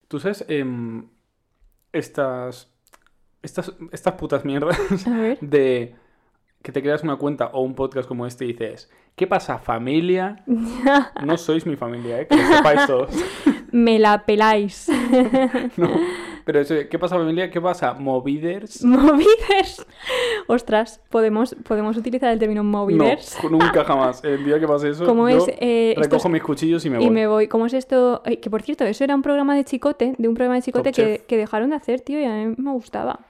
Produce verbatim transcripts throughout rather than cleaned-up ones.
¿Tú sabes em, estas, estas, estas putas mierdas A ver. de que te creas una cuenta o un podcast como este y dices, ¿qué pasa, familia? No sois mi familia, ¿eh? Que lo sepáis todos. Me la peláis. No, pero eso, ¿qué pasa, familia? ¿Qué pasa, moviders? Moviders. Ostras, ¿podemos, podemos utilizar el término moviders. No, nunca jamás. El día que pase eso, ¿Cómo yo es, eh, recojo estos- mis cuchillos y me voy. Y me voy. ¿Cómo es esto? Ay, que por cierto, eso era un programa de Chicote, de un programa de Chicote Top que, Chef. que dejaron de hacer, tío, y a mí me gustaba.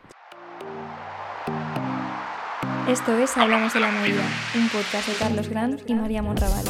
Esto es Hablamos de la Movida, un podcast de Carlos Gran y María Monraval.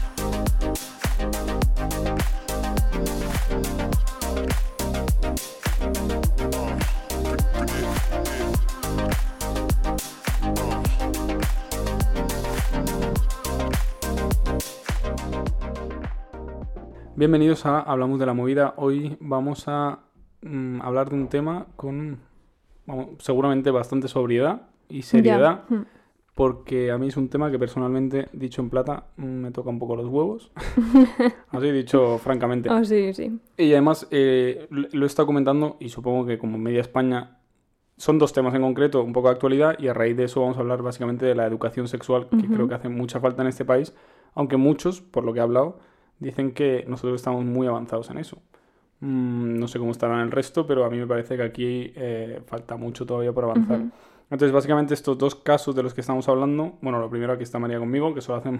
Bienvenidos a Hablamos de la Movida. Hoy vamos a mm, hablar de un tema con vamos, seguramente bastante sobriedad y seriedad, Ya. Mm. porque a mí es un tema que personalmente, dicho en plata, mm, me toca un poco los huevos. Así dicho francamente. Oh, sí, sí. Y además eh, lo lo he estado comentando y supongo que como media España son dos temas en concreto, un poco de actualidad, y a raíz de eso vamos a hablar básicamente de la educación sexual, que Ujú. creo que hace mucha falta en este país, aunque muchos, por lo que he hablado, dicen que nosotros estamos muy avanzados en eso. Mm, no sé cómo estará en el resto, pero a mí me parece que aquí eh, falta mucho todavía por avanzar. Ujú. Entonces, básicamente, estos dos casos de los que estamos hablando, bueno, lo primero, aquí está María conmigo, que solo hacen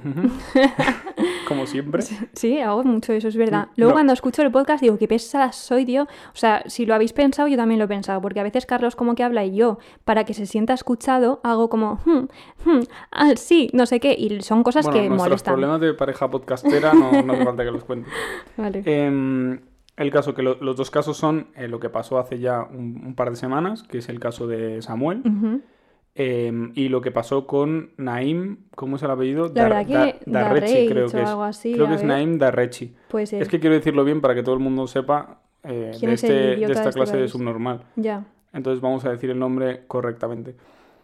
como siempre. Sí, hago mucho eso, es verdad. Luego No. cuando escucho el podcast digo, qué pesada soy, tío. O sea, si lo habéis pensado, yo también lo he pensado, porque a veces Carlos como que habla y yo, para que se sienta escuchado, hago como, hmm, hmm, ah, sí, no sé qué, y son cosas Bueno, que nuestros molestan. problemas de pareja podcastera no, no hace falta que los cuente. Vale. Eh, el caso, que lo- los dos casos son eh, lo que pasó hace ya un, un par de semanas, que es el caso de Samuel, Ujú. eh, y lo que pasó con Naim, ¿cómo es el apellido? La verdad Dar- que Da- Darrechi, creo Darreich que o es. algo así, Creo a que es ver. Naim Darrechi. Puede ser. Es que quiero decirlo bien para que todo el mundo sepa eh, ¿Quién de, es el este- de idiota esta de este clase de país? subnormal. Ya, Entonces vamos a decir el nombre correctamente.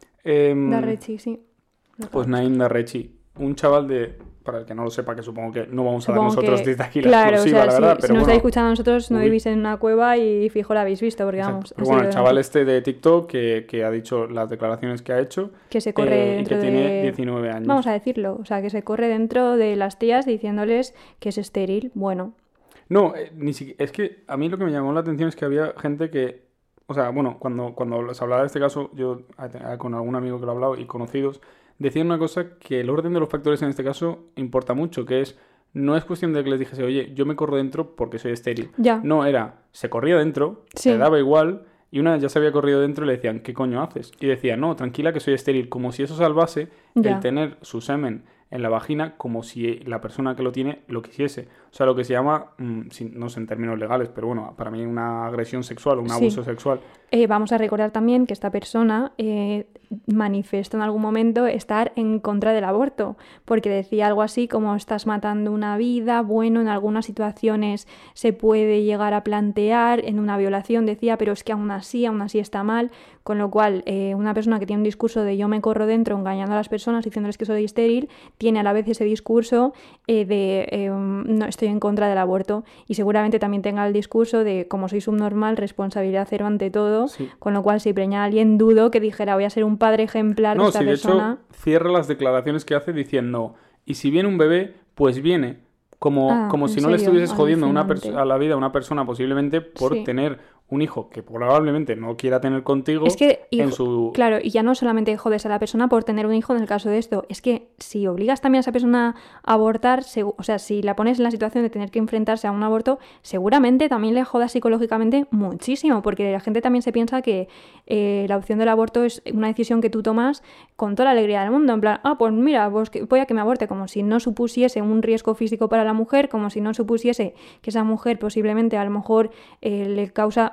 Em, Darrechi, sí. Pues Naim Darrechi, un chaval de, para el que no lo sepa, que supongo que no vamos a dar Supongo nosotros que, desde aquí la claro, exclusiva, o sea, la si, verdad, si pero nos bueno. estáis escuchando a nosotros, no Uy. vivís en una cueva y fijo la habéis visto, porque Exacto. vamos, Pero ha bueno, sido el chaval de- este de TikTok que, que ha dicho las declaraciones que ha hecho que se corre eh, y dentro que tiene de... diecinueve años. Vamos a decirlo, o sea, que se corre dentro de las tías diciéndoles que es estéril. Bueno, No, eh, ni siquiera, es que a mí lo que me llamó la atención es que había gente que, o sea, bueno, cuando, cuando se hablaba de este caso, yo eh, con algún amigo que lo ha hablado y conocidos, decían una cosa, que el orden de los factores en este caso importa mucho, que es, no es cuestión de que les dijese, oye, yo me corro dentro porque soy estéril. ya. No, era, se corría dentro, Sí. le daba igual, y una vez ya se había corrido dentro y le decían, ¿qué coño haces? Y decía, no, tranquila que soy estéril, como si eso salvase Ya. el tener su semen en la vagina, como si la persona que lo tiene lo quisiese. O sea, lo que se llama, mm, sin- no sé en términos legales, pero bueno, para mí una agresión sexual, un Sí. abuso sexual. Eh, vamos a recordar también que esta persona eh, manifestó en algún momento estar en contra del aborto, porque decía algo así como estás matando una vida, bueno, en algunas situaciones se puede llegar a plantear, en una violación decía, pero es que aún así, aún así está mal, con lo cual eh, una persona que tiene un discurso de yo me corro dentro engañando a las personas, diciéndoles que soy estéril, tiene a la vez ese discurso eh, de eh, no estoy en contra del aborto, y seguramente también tenga el discurso de como soy subnormal, responsabilidad cero ante todo, Sí. con lo cual si preña a alguien dudo que dijera voy a ser un padre ejemplar de No, esta si de persona. hecho cierra las declaraciones que hace diciendo, y si viene un bebé, pues viene. Como, Ah, como ¿en si no le serio? estuvieses jodiendo a, una pers- Alucinante. a la vida a una persona posiblemente por Sí. tener un hijo que probablemente no quiera tener contigo Es que, en hijo- su... claro, y ya no solamente jodes a la persona por tener un hijo en el caso de esto, es que si obligas también a esa persona a abortar, segu- o sea, si la pones en la situación de tener que enfrentarse a un aborto, seguramente también le jodas psicológicamente muchísimo, porque la gente también se piensa que eh, la opción del aborto es una decisión que tú tomas con toda la alegría del mundo, en plan, ah, pues mira, pues que- voy a que me aborte, como si no supusiese un riesgo físico para la mujer, como si no supusiese que esa mujer posiblemente a lo mejor eh, le causa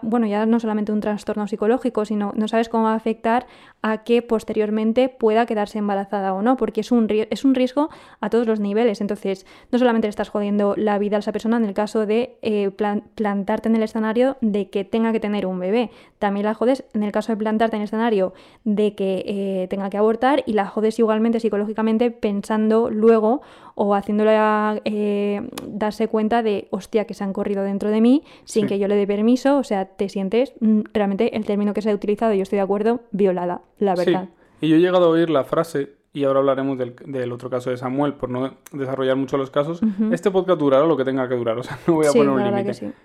bueno, ya no solamente un trastorno psicológico, sino no sabes cómo va a afectar a que posteriormente pueda quedarse embarazada o no, porque es un, es un riesgo a todos los niveles. Entonces, no solamente le estás jodiendo la vida a esa persona en el caso de eh, plan, plantarte en el escenario de que tenga que tener un bebé, también la jodes en el caso de plantarte en el escenario de que eh, tenga que abortar, y la jodes igualmente psicológicamente pensando luego o haciéndola eh, darse cuenta de, hostia, que se han corrido dentro de mí sin sí. que yo le dé permiso. O sea, te sientes mm, realmente, el término que se ha utilizado, yo estoy de acuerdo, violada, la verdad. Sí, y yo he llegado a oír la frase, y ahora hablaremos del, del otro caso de Samuel, por no desarrollar mucho los casos. Uh-huh. Este podcast durará lo que tenga que durar, o sea, no voy a sí, poner un la límite. Sí.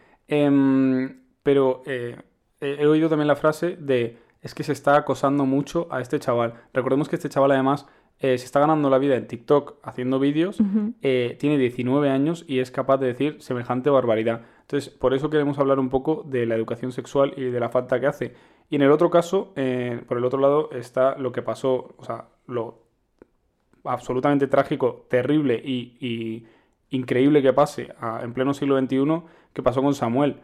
Eh, pero eh, he oído también la frase de, es que se está acosando mucho a este chaval. Recordemos que este chaval además eh, se está ganando la vida en TikTok haciendo vídeos, uh-huh. eh, tiene diecinueve años y es capaz de decir semejante barbaridad. Entonces, por eso queremos hablar un poco de la educación sexual y de la falta que hace. Y en el otro caso, eh, por el otro lado, está lo que pasó, o sea, lo absolutamente trágico, terrible y, y increíble que pase a, en pleno siglo veintiuno, que pasó con Samuel.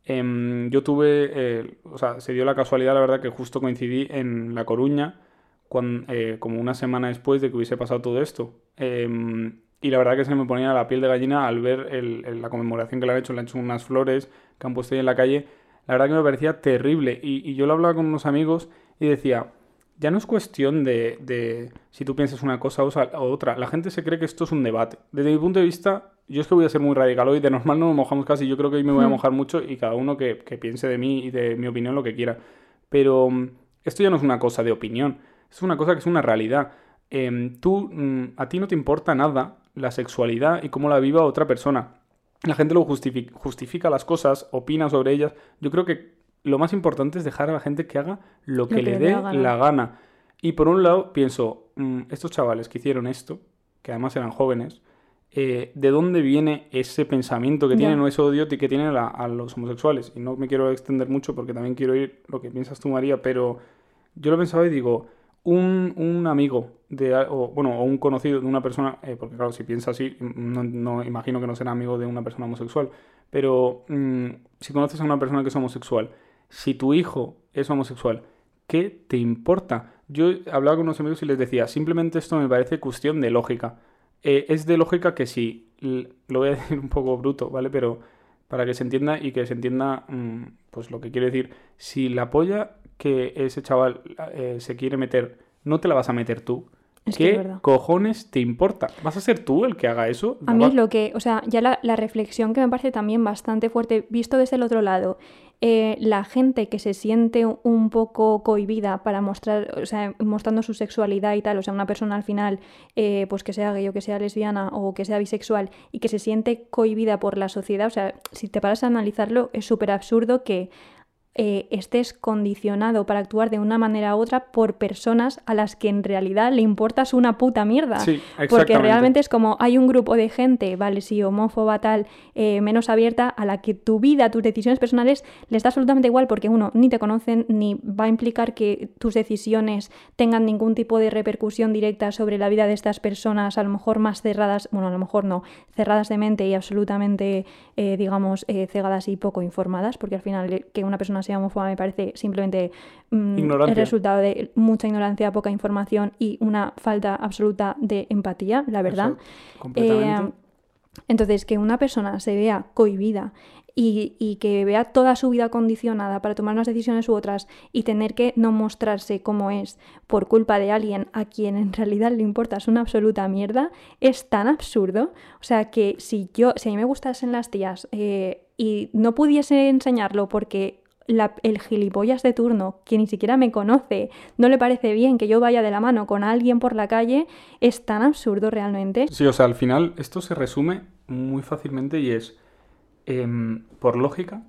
Eh, yo tuve, eh, o sea, se dio la casualidad, la verdad, que justo coincidí en La Coruña, cuando, eh, como una semana después de que hubiese pasado todo esto. Eh, y la verdad que se me ponía la piel de gallina al ver el, el, la conmemoración que le han hecho. Le han hecho unas flores que han puesto ahí en la calle. La verdad que me parecía terrible. Y, y yo lo hablaba con unos amigos y decía, ya no es cuestión de, de si tú piensas una cosa o otra. La gente se cree que esto es un debate. Desde mi punto de vista, yo es que voy a ser muy radical hoy. De normal no nos mojamos casi. Yo creo que hoy me voy a mojar mucho y cada uno que, que piense de mí y de mi opinión lo que quiera. Pero esto ya no es una cosa de opinión. Es una cosa que es una realidad. Eh, tú, mm, a ti no te importa nada la sexualidad y cómo la viva otra persona. La gente lo justifica, justifica las cosas, opina sobre ellas. Yo creo que lo más importante es dejar a la gente que haga lo que, lo que le dé la, la gana. Y por un lado pienso, mmm, estos chavales que hicieron esto, que además eran jóvenes, eh, ¿de dónde viene ese pensamiento que tienen yeah. o ese odio que tienen a, a los homosexuales? Y no me quiero extender mucho porque también quiero oír lo que piensas tú, María, pero yo lo pensaba y digo, un, un amigo, de, o, bueno, o un conocido de una persona, eh, porque claro, si piensas así, no, no imagino que no será amigo de una persona homosexual, pero mmm, si conoces a una persona que es homosexual, si tu hijo es homosexual, ¿qué te importa? Yo hablaba con unos amigos y les decía, simplemente esto me parece cuestión de lógica. Eh, es de lógica que si, lo voy a decir un poco bruto, ¿vale? Pero para que se entienda y que se entienda mmm, pues lo que quiero decir, si la polla que ese chaval eh, se quiere meter, no te la vas a meter tú. Es ¿Qué que es cojones te importa? ¿Vas a ser tú el que haga eso? A mí es lo que, o sea, ya la, la reflexión que me parece también bastante fuerte, visto desde el otro lado, eh, la gente que se siente un poco cohibida para mostrar, o sea, mostrando su sexualidad y tal, o sea, una persona al final, eh, pues que sea gay o que sea lesbiana o que sea bisexual y que se siente cohibida por la sociedad, o sea, si te paras a analizarlo, es súper absurdo que Eh, estés condicionado para actuar de una manera u otra por personas a las que en realidad le importas una puta mierda. Sí, exactamente. Porque realmente es como hay un grupo de gente, vale, sí, homófoba, tal, eh, menos abierta, a la que tu vida, tus decisiones personales les da absolutamente igual porque uno, ni te conocen, ni va a implicar que tus decisiones tengan ningún tipo de repercusión directa sobre la vida de estas personas, a lo mejor más cerradas, bueno, a lo mejor no, cerradas de mente y absolutamente, eh, digamos, eh, cegadas y poco informadas, porque al final que una persona sea homófoba me parece simplemente mmm, el resultado de mucha ignorancia, poca información y una falta absoluta de empatía, la verdad. Eso, completamente. Eh, entonces, que una persona se vea cohibida y, y que vea toda su vida condicionada para tomar unas decisiones u otras y tener que no mostrarse como es por culpa de alguien a quien en realidad le importa es una absoluta mierda, es tan absurdo. O sea, que si yo, si a mí me gustasen las tías eh, y no pudiese enseñarlo porque La, el gilipollas de turno, que ni siquiera me conoce, no le parece bien que yo vaya de la mano con alguien por la calle, es tan absurdo realmente. Sí, o sea, al final esto se resume muy fácilmente y es, eh, por lógica,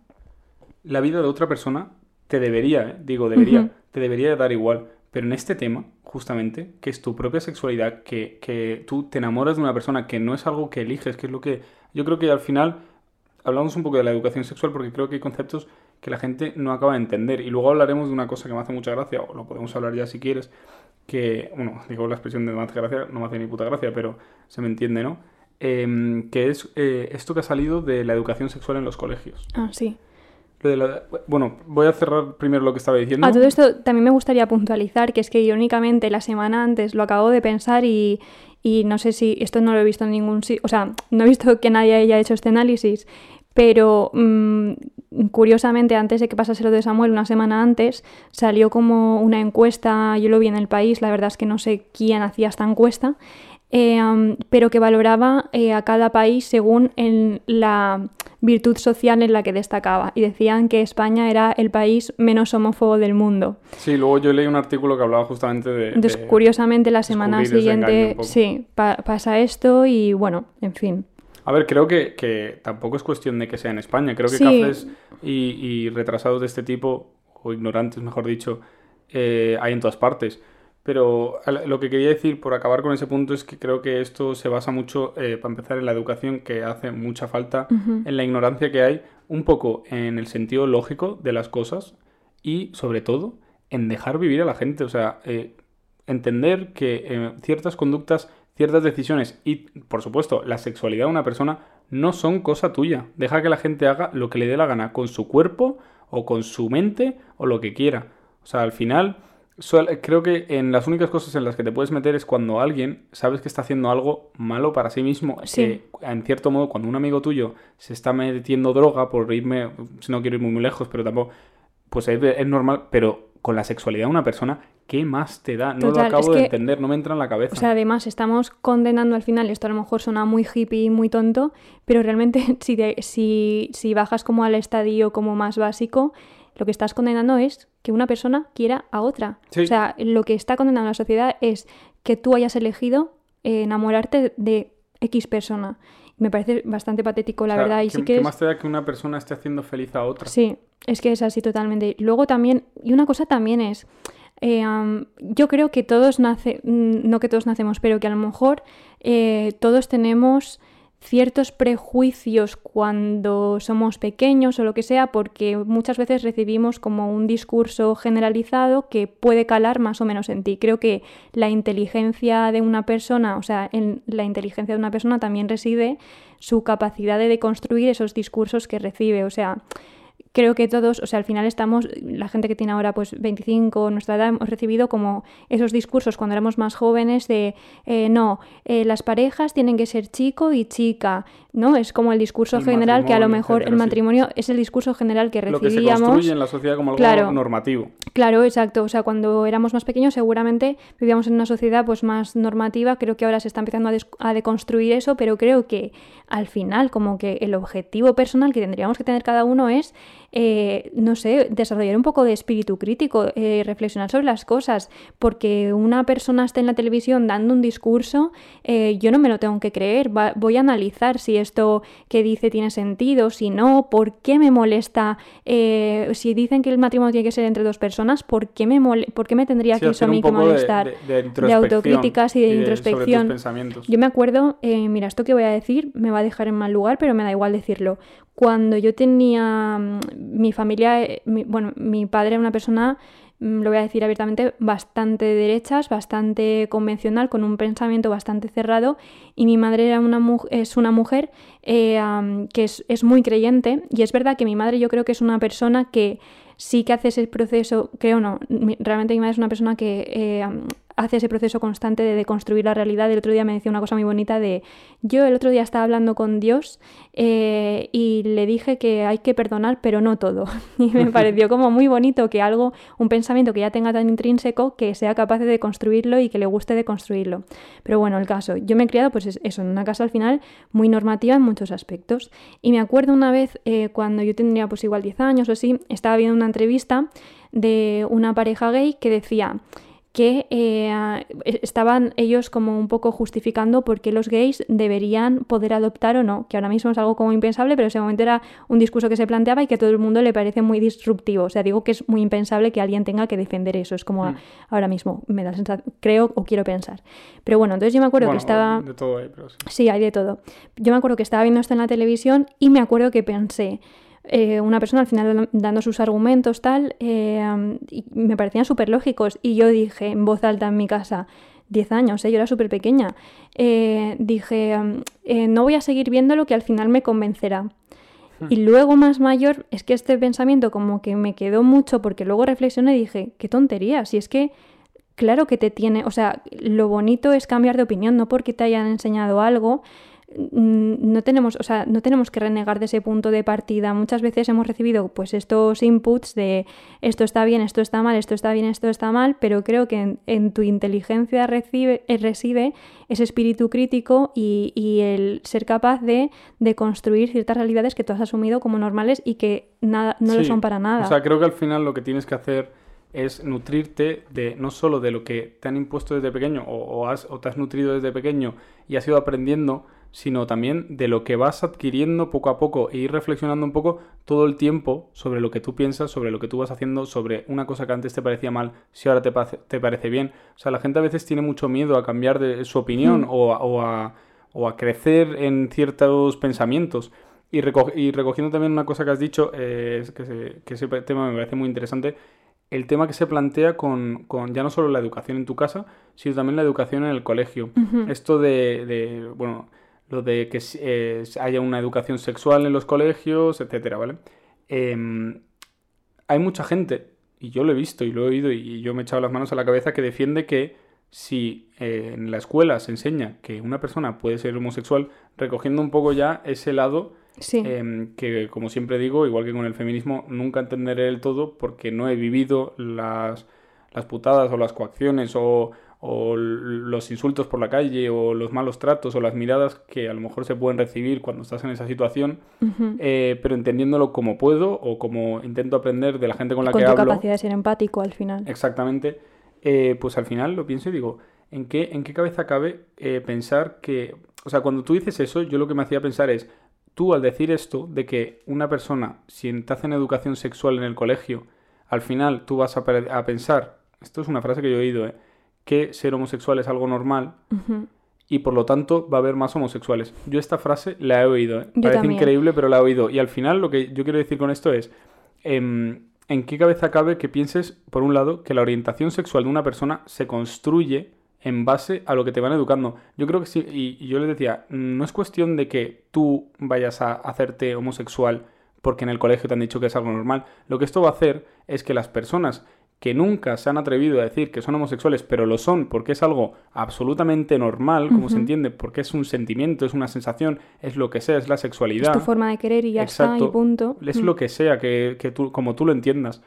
la vida de otra persona te debería, eh, digo, debería, uh-huh. te debería dar igual. Pero en este tema, justamente, que es tu propia sexualidad, que, que tú te enamoras de una persona, que no es algo que eliges, que es lo que... Yo creo que al final, hablamos un poco de la educación sexual porque creo que hay conceptos que la gente no acaba de entender. Y luego hablaremos de una cosa que me hace mucha gracia, o lo podemos hablar ya si quieres, que, bueno, digo la expresión de me hace gracia, no me hace ni puta gracia, pero se me entiende, ¿no? Eh, que es eh, esto que ha salido de la educación sexual en los colegios. Ah, sí. Lo de la... Bueno, voy a cerrar primero lo que estaba diciendo. A todo esto también me gustaría puntualizar que es que irónicamente la semana antes lo acabo de pensar y, y no sé si esto no lo he visto en ningún sitio, o sea, no he visto que nadie haya hecho este análisis, pero mmm, curiosamente antes de que pasase lo de Samuel, una semana antes, salió como una encuesta, yo lo vi en El País, la verdad es que no sé quién hacía esta encuesta, eh, um, pero que valoraba eh, a cada país según en la virtud social en la que destacaba. Y decían que España era el país menos homófobo del mundo. Sí, luego yo leí un artículo que hablaba justamente de... Entonces, de curiosamente, la semana siguiente sí, pa- pasa esto y bueno, en fin. A ver, creo que, que tampoco es cuestión de que sea en España. Creo que Sí. cafés y, y retrasados de este tipo, o ignorantes, mejor dicho, eh, hay en todas partes. Pero lo que quería decir, por acabar con ese punto, es que creo que esto se basa mucho, eh, para empezar, en la educación, que hace mucha falta, Uh-huh. en la ignorancia que hay, un poco en el sentido lógico de las cosas y, sobre todo, en dejar vivir a la gente. O sea, eh, entender que eh, ciertas conductas, ciertas decisiones y, por supuesto, la sexualidad de una persona no son cosa tuya. Deja que la gente haga lo que le dé la gana con su cuerpo o con su mente o lo que quiera. O sea, al final... Creo que en las únicas cosas en las que te puedes meter es cuando alguien sabes que está haciendo algo malo para sí mismo. Sí. Eh, en cierto modo, cuando un amigo tuyo se está metiendo droga, por irme, si no quiero ir muy, muy lejos, pero tampoco, pues es, es normal, pero con la sexualidad de una persona, ¿qué más te da? No Total, lo acabo es de que, entender, no me entra en la cabeza. O sea, además estamos condenando al final, esto a lo mejor suena muy hippie y muy tonto, pero realmente si, de, si, si bajas como al estadio como más básico, lo que estás condenando es que una persona quiera a otra. Sí. O sea, lo que está condenando la sociedad es que tú hayas elegido eh, enamorarte de X persona. Me parece bastante patético, la o sea, verdad. Y ¿qué, sí que ¿qué es... más te da que una persona esté haciendo feliz a otra? Sí, es que es así totalmente. Luego también, y una cosa también es... Eh, um, yo creo que todos nace, no que todos nacemos, pero que a lo mejor eh, todos tenemos ciertos prejuicios cuando somos pequeños o lo que sea, porque muchas veces recibimos como un discurso generalizado que puede calar más o menos en ti. Creo que la inteligencia de una persona, o sea, en la inteligencia de una persona también reside su capacidad de deconstruir esos discursos que recibe, o sea... Creo que todos, o sea, al final estamos, la gente que tiene ahora pues veinticinco, nuestra edad, hemos recibido como esos discursos cuando éramos más jóvenes de, eh, no, eh, las parejas tienen que ser chico y chica, ¿no? Es como el discurso el general que a lo mejor etcétera, el matrimonio sí. Es el discurso general que recibíamos. Lo que se construye en la sociedad como algo claro, normativo. Claro, exacto. O sea, cuando éramos más pequeños seguramente vivíamos en una sociedad pues más normativa. Creo que ahora se está empezando a, des- a deconstruir eso, pero creo que al final como que el objetivo personal que tendríamos que tener cada uno es, eh, no sé, desarrollar un poco de espíritu crítico, eh, reflexionar sobre las cosas, porque una persona esté en la televisión dando un discurso, eh, yo no me lo tengo que creer. Va- voy a analizar si esto que dice tiene sentido, si no, por qué me molesta, eh, si dicen que el matrimonio tiene que ser entre dos personas, ¿por qué me, mole- por qué me tendría Sí, que eso hacer a mí un que poco de- molestar? de, de De autocríticas y de y introspección. sobre tus pensamientos. Yo me acuerdo, eh, mira, esto que voy a decir me va a dejar en mal lugar, pero me da igual decirlo. Cuando yo tenía mm, mi familia, eh, mi- bueno, mi padre era una persona, mm, lo voy a decir abiertamente, bastante de derechas, bastante convencional, con un pensamiento bastante cerrado, y mi madre era una mu- es una mujer eh, um, que es, es muy creyente, y es verdad que mi madre yo creo que es una persona que sí que hace ese proceso, creo no, mi- realmente mi madre es una persona que eh, um, hace ese proceso constante de deconstruir la realidad. El otro día me decía una cosa muy bonita de, yo el otro día estaba hablando con Dios eh, y le dije que hay que perdonar, pero no todo. Y me pareció como muy bonito que algo, un pensamiento que ya tenga tan intrínseco, que sea capaz de deconstruirlo y que le guste deconstruirlo. Pero bueno, el caso, yo me he criado pues eso, en una casa al final muy normativa en muchos aspectos. Y me acuerdo una vez eh, cuando yo tendría pues igual diez años o así, estaba viendo una entrevista de una pareja gay que decía que eh, estaban ellos como un poco justificando por qué los gays deberían poder adoptar o no, que ahora mismo es algo como impensable, pero en ese momento era un discurso que se planteaba y que a todo el mundo le parece muy disruptivo. O sea, digo que es muy impensable que alguien tenga que defender eso, es como mm. ahora mismo, me da la sensación, creo o quiero pensar. Pero bueno, entonces yo me acuerdo bueno, que estaba... de todo hay, pero sí. Sí, hay de todo. Yo me acuerdo que estaba viendo esto en la televisión y me acuerdo que pensé... Eh, una persona al final dando sus argumentos tal eh, y me parecían súper lógicos y yo dije en voz alta en mi casa, diez años, ¿eh? Yo era súper pequeña, eh, dije eh, no voy a seguir viendo lo que al final me convencerá. Y luego más mayor, es que este pensamiento como que me quedó mucho porque luego reflexioné y dije, qué tontería, si es que claro que te tiene, o sea, lo bonito es cambiar de opinión, no porque te hayan enseñado algo, no tenemos, o sea, no tenemos que renegar de ese punto de partida. Muchas veces hemos recibido pues estos inputs de esto está bien, esto está mal, esto está bien, esto está mal, pero creo que en, en tu inteligencia recibe, eh, reside ese espíritu crítico y, y el ser capaz de, de construir ciertas realidades que tú has asumido como normales y que nada, no sí, lo son para nada. O sea, creo que al final lo que tienes que hacer es nutrirte de no solo de lo que te han impuesto desde pequeño o, o, has, o te has nutrido desde pequeño y has ido aprendiendo, sino también de lo que vas adquiriendo poco a poco e ir reflexionando un poco todo el tiempo sobre lo que tú piensas, sobre lo que tú vas haciendo, sobre una cosa que antes te parecía mal, si ahora te, te parece bien. O sea, la gente a veces tiene mucho miedo a cambiar de su opinión mm. o, o, a, o a crecer en ciertos pensamientos. Y, reco- y recogiendo también una cosa que has dicho, eh, que, se, que ese tema me parece muy interesante, el tema que se plantea con, con ya no solo la educación en tu casa, sino también la educación en el colegio. Uh-huh. Esto de, de, bueno... lo de que eh, haya una educación sexual en los colegios, etcétera, ¿vale? Eh, hay mucha gente, y yo lo he visto y lo he oído y yo me he echado las manos a la cabeza, que defiende que si eh, en la escuela se enseña que una persona puede ser homosexual, recogiendo un poco ya ese lado, sí. eh, que como siempre digo, igual que con el feminismo, nunca entenderé del todo porque no he vivido las, las putadas o las coacciones o... o los insultos por la calle o los malos tratos o las miradas que a lo mejor se pueden recibir cuando estás en esa situación, uh-huh. eh, pero entendiéndolo como puedo o como intento aprender de la gente con la con que tu hablo. Capacidad de ser empático al final. Exactamente. Eh, pues al final lo pienso y digo, ¿en qué, en qué cabeza cabe eh, pensar que... O sea, cuando tú dices eso, yo lo que me hacía pensar es, tú al decir esto, de que una persona, si te hacen educación sexual en el colegio, al final tú vas a, a pensar, esto es una frase que yo he oído, ¿eh? que ser homosexual es algo normal uh-huh. y por lo tanto va a haber más homosexuales. Yo esta frase la he oído, ¿eh? Parece también. Increíble, pero la he oído. Y al final lo que yo quiero decir con esto es, eh, ¿en qué cabeza cabe que pienses, por un lado, que la orientación sexual de una persona se construye en base a lo que te van educando? Yo creo que sí, y, y yo les decía, no es cuestión de que tú vayas a hacerte homosexual porque en el colegio te han dicho que es algo normal. Lo que esto va a hacer es que las personas que nunca se han atrevido a decir que son homosexuales, pero lo son porque es algo absolutamente normal, como uh-huh. se entiende, porque es un sentimiento, es una sensación, es lo que sea, es la sexualidad. Es tu forma de querer y ya Exacto. está, y punto. Es uh-huh. lo que sea, que, que tú, como tú lo entiendas.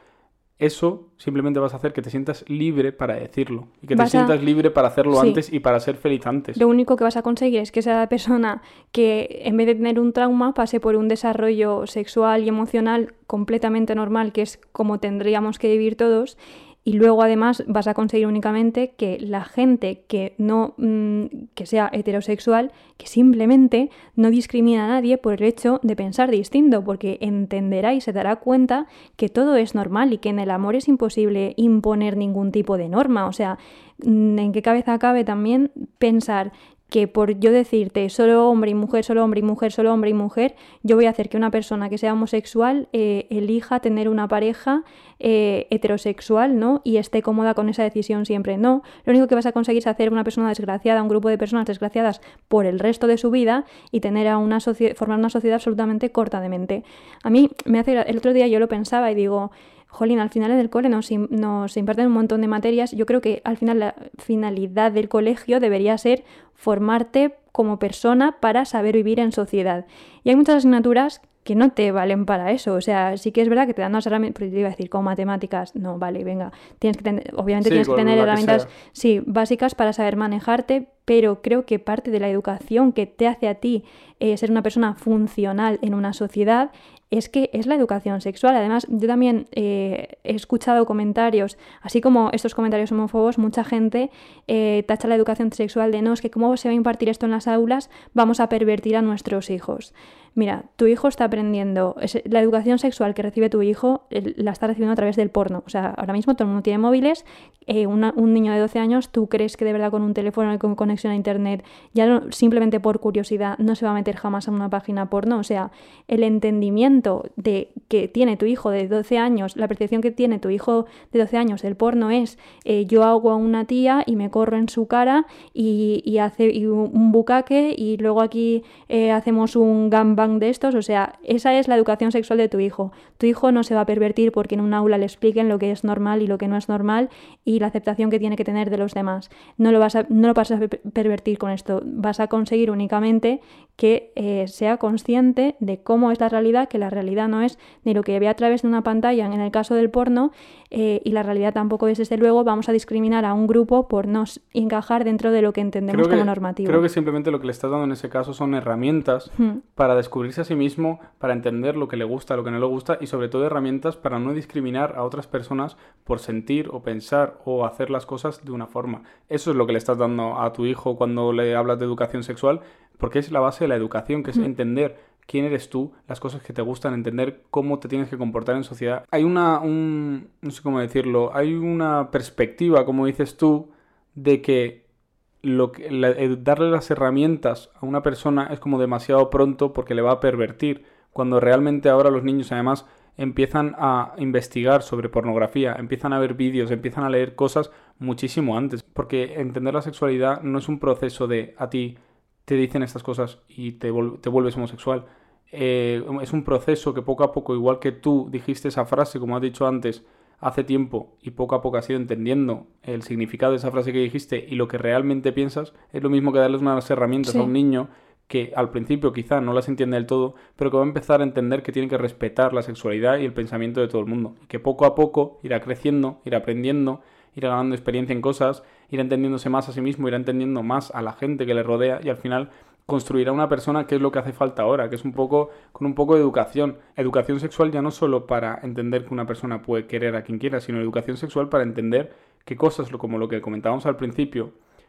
Eso simplemente vas a hacer que te sientas libre para decirlo y que vas te sientas a... libre para hacerlo sí. antes y para ser feliz antes. Lo único que vas a conseguir es que esa persona que en vez de tener un trauma pase por un desarrollo sexual y emocional completamente normal, que es como tendríamos que vivir todos. Y luego además vas a conseguir únicamente que la gente que no mmm, que sea heterosexual, que simplemente no discrimina a nadie por el hecho de pensar distinto, porque entenderá y se dará cuenta que todo es normal y que en el amor es imposible imponer ningún tipo de norma. O sea, ¿en qué cabeza cabe también pensar que por yo decirte solo hombre y mujer, solo hombre y mujer, solo hombre y mujer, yo voy a hacer que una persona que sea homosexual eh, elija tener una pareja eh, heterosexual, ¿no? Y esté cómoda con esa decisión siempre? No, lo único que vas a conseguir es hacer una persona desgraciada, un grupo de personas desgraciadas por el resto de su vida y tener a una socie- formar una sociedad absolutamente corta de mente. A mí me hace... El otro día yo lo pensaba y digo... Jolín, al final en el cole nos, nos imparten un montón de materias. Yo creo que al final la finalidad del colegio debería ser formarte como persona para saber vivir en sociedad. Y hay muchas asignaturas que no te valen para eso. O sea, sí que es verdad que te dan unas herramientas, pero yo iba a decir, como matemáticas, no, vale, venga, tienes que tener, obviamente sí, tienes que tener herramientas, sí, básicas para saber manejarte, pero creo que parte de la educación que te hace a ti eh, ser una persona funcional en una sociedad es que es la educación sexual. Además, yo también eh, he escuchado comentarios, así como estos comentarios homófobos, mucha gente eh, tacha la educación sexual de no, es que cómo se va a impartir esto en las aulas, vamos a pervertir a nuestros hijos. Mira, tu hijo está aprendiendo, la educación sexual que recibe tu hijo la está recibiendo a través del porno. O sea, ahora mismo todo el mundo tiene móviles, eh, una, un niño de doce años, ¿tú crees que de verdad con un teléfono y con conexión a internet, ya no, simplemente por curiosidad, no se va a meter jamás a una página porno? O sea, el entendimiento de que tiene tu hijo de doce años, la percepción que tiene tu hijo de doce años del porno es eh, yo hago a una tía y me corro en su cara y, y hace y un bucaque y luego aquí eh, hacemos un gamba gangbang de estos, o sea, esa es la educación sexual de tu hijo. Tu hijo no se va a pervertir porque en un aula le expliquen lo que es normal y lo que no es normal y la aceptación que tiene que tener de los demás. No lo vas a, no lo vas a pervertir con esto, vas a conseguir únicamente que eh, sea consciente de cómo es la realidad, que la realidad no es ni lo que ve a través de una pantalla, en el caso del porno, eh, y la realidad tampoco es, desde luego, vamos a discriminar a un grupo por no encajar dentro de lo que entendemos creo que, como normativo. Creo que simplemente lo que le estás dando en ese caso son herramientas hmm. para descubrirse a sí mismo, para entender lo que le gusta, lo que no le gusta y sobre todo herramientas para no discriminar a otras personas por sentir o pensar o hacer las cosas de una forma. Eso es lo que le estás dando a tu hijo cuando le hablas de educación sexual, porque es la base de la educación, que es hmm. entender quién eres tú, las cosas que te gustan, entender cómo te tienes que comportar en sociedad. Hay una, un, no sé cómo decirlo, hay una perspectiva, como dices tú, de que, lo que la, darle las herramientas a una persona es como demasiado pronto porque le va a pervertir, cuando realmente ahora los niños además empiezan a investigar sobre pornografía, empiezan a ver vídeos, empiezan a leer cosas muchísimo antes, porque entender la sexualidad no es un proceso de a ti te dicen estas cosas y te, vol- te vuelves homosexual. Eh, es un proceso que poco a poco, igual que tú dijiste esa frase, como has dicho antes, hace tiempo, y poco a poco has ido entendiendo el significado de esa frase que dijiste y lo que realmente piensas, es lo mismo que darles unas herramientas sí. a un niño que al principio quizá no las entiende del todo, pero que va a empezar a entender que tiene que respetar la sexualidad y el pensamiento de todo el mundo. Y que poco a poco irá creciendo, irá aprendiendo, irá ganando experiencia en cosas, irá entendiéndose más a sí mismo, irá entendiendo más a la gente que le rodea y al final construirá una persona que es lo que hace falta ahora, que es un poco con un poco de educación. Educación sexual ya no solo para entender que una persona puede querer a quien quiera, sino educación sexual para entender qué cosas, como lo que comentábamos al principio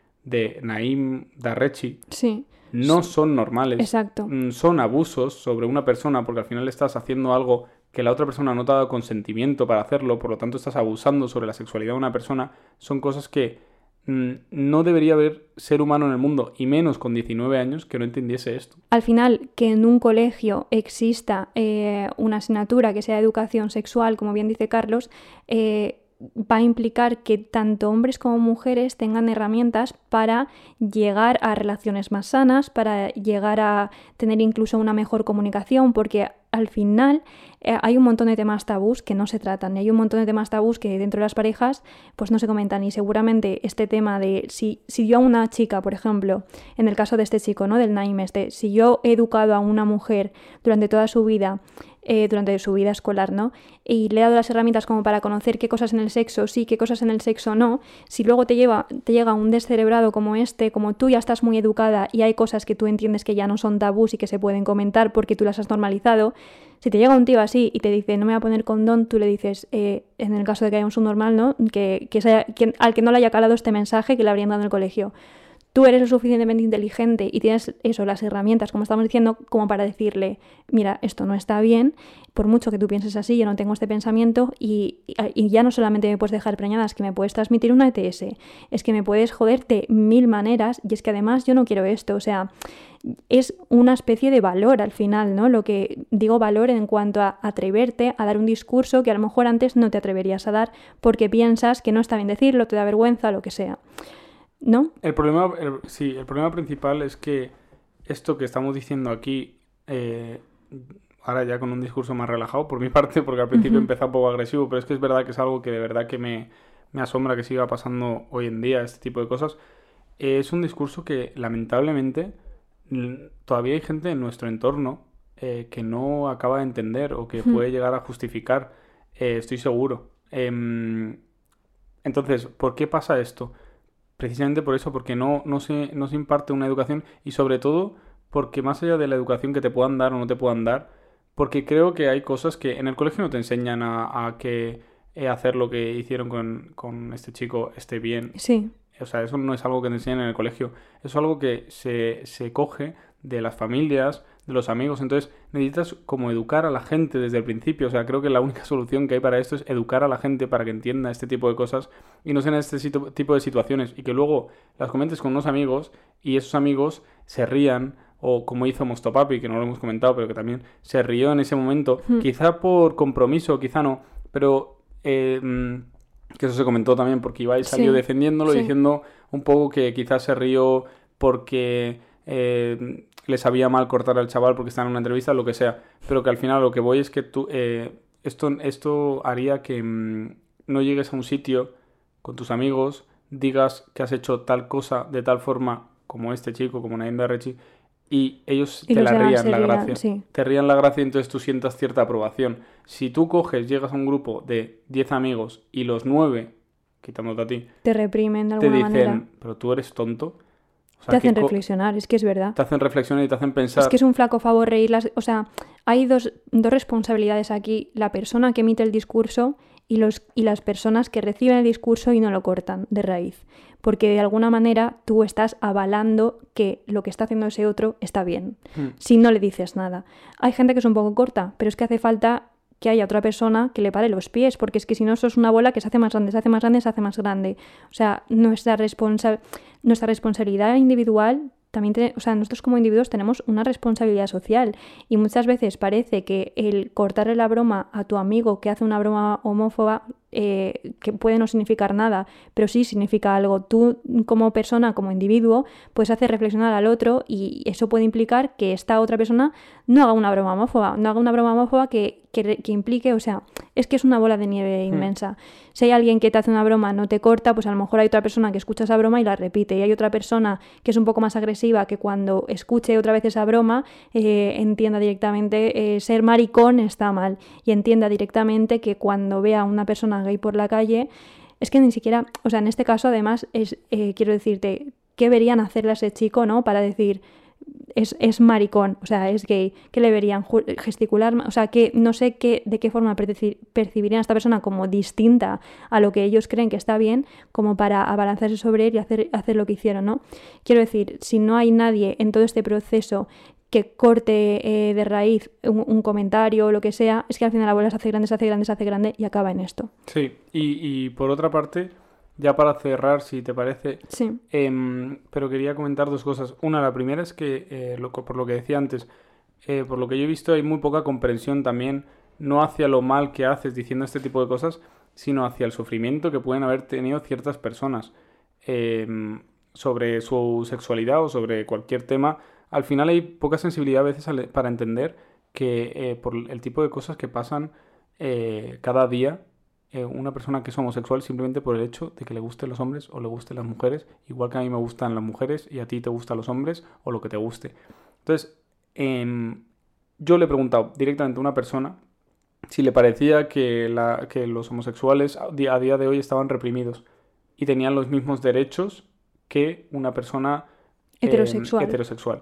de Naim Darrechi, sí. no son normales. Exacto. Son abusos sobre una persona porque al final estás haciendo algo que la otra persona no te ha dado consentimiento para hacerlo, por lo tanto estás abusando sobre la sexualidad de una persona. Son cosas que mmm, no debería haber ser humano en el mundo, y menos con diecinueve años, que no entendiese esto. Al final, que en un colegio exista eh, una asignatura que sea educación sexual, como bien dice Carlos, eh, va a implicar que tanto hombres como mujeres tengan herramientas para llegar a relaciones más sanas, para llegar a tener incluso una mejor comunicación, porque al final eh, hay un montón de temas tabús que no se tratan, y hay un montón de temas tabús que dentro de las parejas pues no se comentan, y seguramente este tema de si, si yo a una chica, por ejemplo, en el caso de este chico, ¿no? Del Naim este, si yo he educado a una mujer durante toda su vida, Eh, durante su vida escolar, ¿no? Y le he dado las herramientas como para conocer qué cosas en el sexo sí, qué cosas en el sexo no. Si luego te, lleva, te llega un descerebrado como este, como tú ya estás muy educada y hay cosas que tú entiendes que ya no son tabús y que se pueden comentar porque tú las has normalizado, si te llega un tío así y te dice no me voy a poner condón, tú le dices, eh, en el caso de que haya un subnormal, ¿no? Que, que sea, que, al que no le haya calado este mensaje que le habrían dado en el colegio. Tú eres lo suficientemente inteligente y tienes eso, las herramientas, como estamos diciendo, como para decirle, mira, esto no está bien, por mucho que tú pienses así, yo no tengo este pensamiento y, y ya no solamente me puedes dejar preñada, es que me puedes transmitir una E T S, es que me puedes joderte mil maneras y es que además yo no quiero esto, o sea, es una especie de valor al final, ¿no? Lo que digo valor en cuanto a atreverte a dar un discurso que a lo mejor antes no te atreverías a dar porque piensas que no está bien decirlo, te da vergüenza, lo que sea. ¿No? El problema, el, sí, el problema principal es que esto que estamos diciendo aquí, eh, ahora ya con un discurso más relajado, por mi parte, porque al principio uh-huh. empezó un poco agresivo, pero es que es verdad que es algo que de verdad que me, me asombra que siga pasando hoy en día, este tipo de cosas. Eh, es un discurso que, lamentablemente, todavía hay gente en nuestro entorno eh, que no acaba de entender o que uh-huh. puede llegar a justificar, eh, estoy seguro. Eh, entonces, ¿por qué pasa esto? Precisamente por eso, porque no, no, se, no se imparte una educación y sobre todo porque más allá de la educación que te puedan dar o no te puedan dar, porque creo que hay cosas que en el colegio no te enseñan a, a que eh, hacer lo que hicieron con, con este chico esté bien. Sí. O sea, eso no es algo que te enseñan en el colegio, eso es algo que se, se coge de las familias, de los amigos, entonces necesitas como educar a la gente desde el principio, o sea, creo que la única solución que hay para esto es educar a la gente para que entienda este tipo de cosas y no sean este tipo de situaciones y que luego las comentes con unos amigos y esos amigos se rían o como hizo Mostopapi, que no lo hemos comentado, pero que también se rió en ese momento, mm. quizá por compromiso, quizá no, pero eh, que eso se comentó también porque Ibai salió sí, defendiéndolo, sí. diciendo un poco que quizás se rió porque eh, le sabía mal cortar al chaval porque está en una entrevista, lo que sea. Pero que al final lo que voy es que tú, eh, esto, esto haría que mmm, no llegues a un sitio con tus amigos, digas que has hecho tal cosa de tal forma como este chico, como Naim Berrechi, y ellos Y te los la demás rían se la rían, gracia. sí. Te rían la gracia y entonces tú sientas cierta aprobación. Si tú coges, llegas a un grupo de diez amigos y los nueve, quitándote a ti, Te reprimen de te alguna dicen, manera. pero tú eres tonto. O sea, Te hacen ¿qué co- reflexionar, es que es verdad. te hacen reflexionar y te hacen Es pensar. que es un flaco favor reírlas. O sea, hay dos, dos responsabilidades aquí. La persona que emite el discurso y, los, y las personas que reciben el discurso y no lo cortan de raíz. Porque de alguna manera tú estás avalando que lo que está haciendo ese otro está bien. Hmm. Si no le dices nada. Hay gente que es un poco corta, pero es que hace falta que haya otra persona que le pare los pies, porque es que si no, eso es una bola que se hace más grande, se hace más grande, se hace más grande. O sea, nuestra, responsa- nuestra responsabilidad individual también, te- o sea, nosotros como individuos tenemos una responsabilidad social y muchas veces parece que el cortarle la broma a tu amigo que hace una broma homófoba, eh, que puede no significar nada, pero sí significa algo. Tú como persona, como individuo, puedes hacer reflexionar al otro y eso puede implicar que esta otra persona no haga una broma homófoba, no haga una broma homófoba que, que, que implique, o sea, es que es una bola de nieve inmensa. Hmm. Si hay alguien que te hace una broma, no te corta, pues a lo mejor hay otra persona que escucha esa broma y la repite, y hay otra persona que es un poco más agresiva, que cuando escuche otra vez esa broma, eh, entienda directamente eh, ser maricón está mal, y entienda directamente que cuando vea a una persona gay por la calle, es que ni siquiera, o sea, en este caso además, es eh, quiero decirte, ¿qué verían hacerle a ese chico, no? Para decir... Es, es maricón, o sea, es gay, ¿qué le verían? Gesticular, o sea, que no sé qué, de qué forma percibirían a esta persona como distinta a lo que ellos creen que está bien, como para abalanzarse sobre él y hacer, hacer lo que hicieron, ¿no? Quiero decir, si no hay nadie en todo este proceso que corte eh, de raíz un, un comentario o lo que sea, es que al final la bola se hace grande, se hace grande, se hace grande y acaba en esto. Sí, y, y por otra parte... Ya para cerrar, si te parece, sí. eh, pero quería comentar dos cosas. Una, la primera es que, eh, lo, por lo que decía antes, eh, por lo que yo he visto hay muy poca comprensión también, no hacia lo mal que haces diciendo este tipo de cosas, sino hacia el sufrimiento que pueden haber tenido ciertas personas eh, sobre su sexualidad o sobre cualquier tema. Al final hay poca sensibilidad a veces para entender que eh, por el tipo de cosas que pasan eh, cada día, una persona que es homosexual simplemente por el hecho de que le gusten los hombres o le gusten las mujeres, igual que a mí me gustan las mujeres y a ti te gustan los hombres o lo que te guste. Entonces, eh, yo le he preguntado directamente a una persona si le parecía que, la, que los homosexuales a día, a día de hoy estaban reprimidos y tenían los mismos derechos que una persona eh, heterosexual. heterosexual.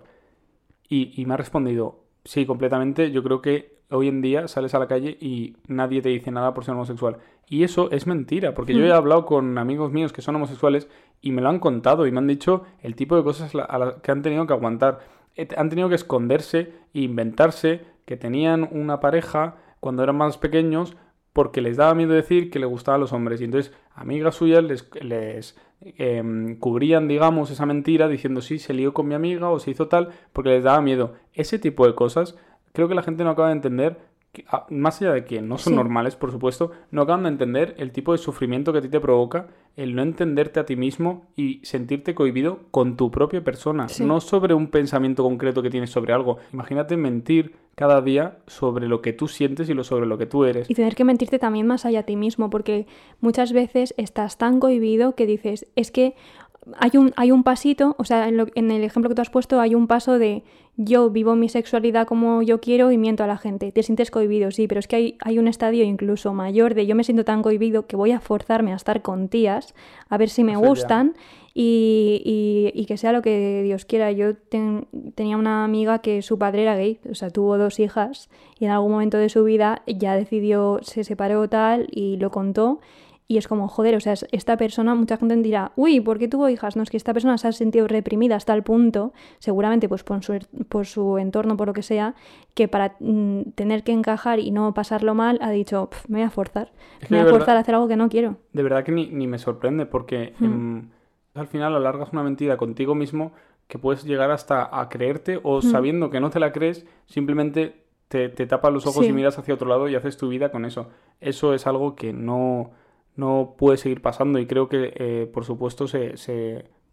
Y, y me ha respondido, sí, completamente. Yo creo que hoy en día sales a la calle y nadie te dice nada por ser homosexual. Y eso es mentira, porque mm. yo he hablado con amigos míos que son homosexuales y me lo han contado y me han dicho el tipo de cosas a las que han tenido que aguantar. Han tenido que esconderse e inventarse que tenían una pareja cuando eran más pequeños porque les daba miedo decir que les gustaban los hombres. Y entonces amigas suyas les, les eh, cubrían, digamos, esa mentira diciendo sí, se lió con mi amiga o se hizo tal porque les daba miedo. Ese tipo de cosas creo que la gente no acaba de entender, que, más allá de que no son sí. normales, por supuesto, no acaban de entender el tipo de sufrimiento que a ti te provoca el no entenderte a ti mismo y sentirte cohibido con tu propia persona, sí. no sobre un pensamiento concreto que tienes sobre algo. Imagínate mentir cada día sobre lo que tú sientes y lo sobre lo que tú eres. Y tener que mentirte también más allá a ti mismo, porque muchas veces estás tan cohibido que dices, es que hay un, hay un pasito, o sea, en, lo, en el ejemplo que tú has puesto hay un paso de yo vivo mi sexualidad como yo quiero y miento a la gente. Te sientes cohibido, sí, pero es que hay, hay un estadio incluso mayor de yo me siento tan cohibido que voy a forzarme a estar con tías a ver si me Eso gustan y, y, y que sea lo que Dios quiera. Yo ten, tenía una amiga que su padre era gay, o sea, tuvo dos hijas y en algún momento de su vida ya decidió, se separó tal y lo contó. Y es como, joder, o sea, esta persona, mucha gente dirá, uy, ¿por qué tuvo hijas? No, es que esta persona se ha sentido reprimida hasta el punto, seguramente pues por su, por su entorno, por lo que sea, que para mm, tener que encajar y no pasarlo mal, ha dicho, me voy a forzar, es me voy a forzar verdad, a hacer algo que no quiero. De verdad que ni, ni me sorprende, porque hmm. eh, al final alargas una mentira contigo mismo que puedes llegar hasta a creerte o hmm. sabiendo que no te la crees, simplemente te, te tapas los ojos sí. y miras hacia otro lado y haces tu vida con eso. Eso es algo que no... no puede seguir pasando y creo que, eh, por supuesto, se, se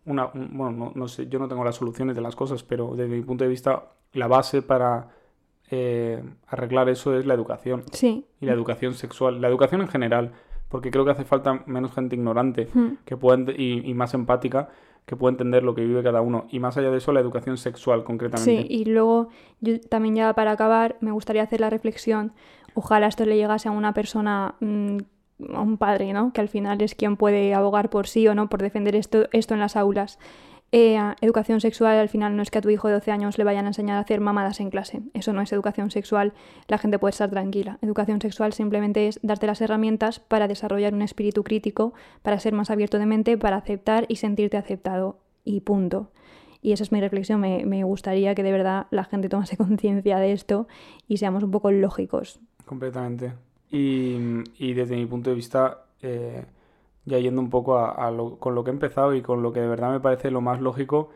una, un- bueno, no, no sé, yo no tengo las soluciones de las cosas, pero desde mi punto de vista, la base para eh, arreglar eso es la educación. Sí. Y la educación sexual, la educación en general, porque creo que hace falta menos gente ignorante Mm. que pueda ent- y, y más empática que pueda entender lo que vive cada uno. Y más allá de eso, la educación sexual concretamente. Sí, y luego yo también ya para acabar me gustaría hacer la reflexión, ojalá esto le llegase a una persona, mm, a un padre, ¿no? Que al final es quien puede abogar por sí o no, por defender esto, esto en las aulas. Eh, educación sexual al final no es que a tu hijo de doce años le vayan a enseñar a hacer mamadas en clase, eso no es educación sexual, la gente puede estar tranquila. Educación sexual simplemente es darte las herramientas para desarrollar un espíritu crítico, para ser más abierto de mente, para aceptar y sentirte aceptado, y punto. Y esa es mi reflexión, me, me gustaría que de verdad la gente tomase conciencia de esto y seamos un poco lógicos. Completamente. Y, y desde mi punto de vista, eh, ya yendo un poco a, a lo- con lo que he empezado y con lo que de verdad me parece lo más lógico,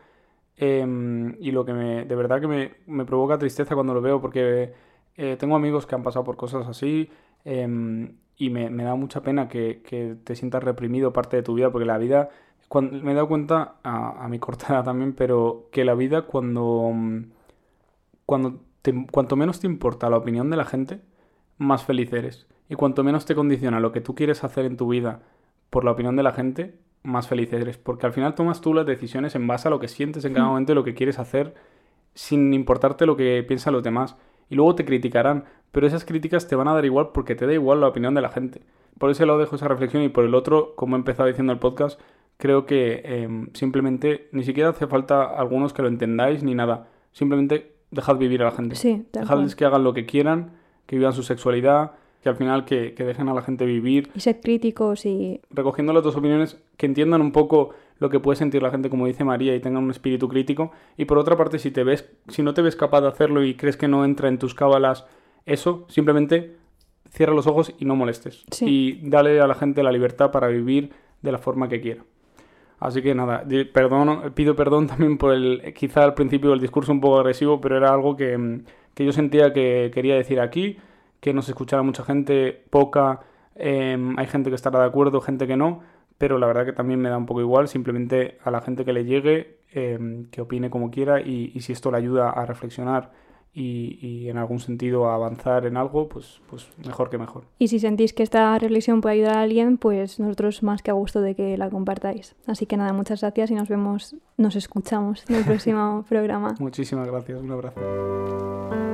em, y lo que me, de verdad que me, me provoca tristeza cuando lo veo, porque eh, tengo amigos que han pasado por cosas así, em, y me, me da mucha pena que, que te sientas reprimido parte de tu vida, porque la vida, cuando, me he dado cuenta, a, a mi corta edad también, pero que la vida cuando, mm, cuando te- cuanto menos te importa la opinión de la gente, más feliz eres. Y cuanto menos te condiciona lo que tú quieres hacer en tu vida por la opinión de la gente, más feliz eres. Porque al final tomas tú las decisiones en base a lo que sientes en cada momento y lo que quieres hacer, sin importarte lo que piensan los demás. Y luego te criticarán, pero esas críticas te van a dar igual porque te da igual la opinión de la gente. Por ese lado dejo esa reflexión, y por el otro, como he empezado diciendo el podcast, creo que eh, simplemente ni siquiera hace falta algunos que lo entendáis ni nada. Simplemente dejad vivir a la gente. Sí, tal Dejadles cual. que hagan lo que quieran, que vivan su sexualidad, que al final que, que dejen a la gente vivir, Y ser críticos y... recogiendo las dos opiniones, que entiendan un poco lo que puede sentir la gente, como dice María, y tengan un espíritu crítico. Y por otra parte, si te ves, si no te ves capaz de hacerlo y crees que no entra en tus cábalas eso, simplemente cierra los ojos y no molestes. Sí. Y dale a la gente la libertad para vivir de la forma que quiera. Así que nada, di- perdón, pido perdón también por el, quizá al principio el discurso un poco agresivo, pero era algo que, mm, que yo sentía que quería decir aquí, que nos escuchara mucha gente, poca, eh, hay gente que estará de acuerdo, gente que no, pero la verdad que también me da un poco igual, simplemente a la gente que le llegue, eh, que opine como quiera, y, y si esto le ayuda a reflexionar y, y en algún sentido a avanzar en algo, pues, pues mejor que mejor. Y si sentís que esta reflexión puede ayudar a alguien, pues nosotros más que a gusto de que la compartáis. Así que nada, muchas gracias y nos vemos, nos escuchamos en el próximo programa. Muchísimas gracias, un abrazo.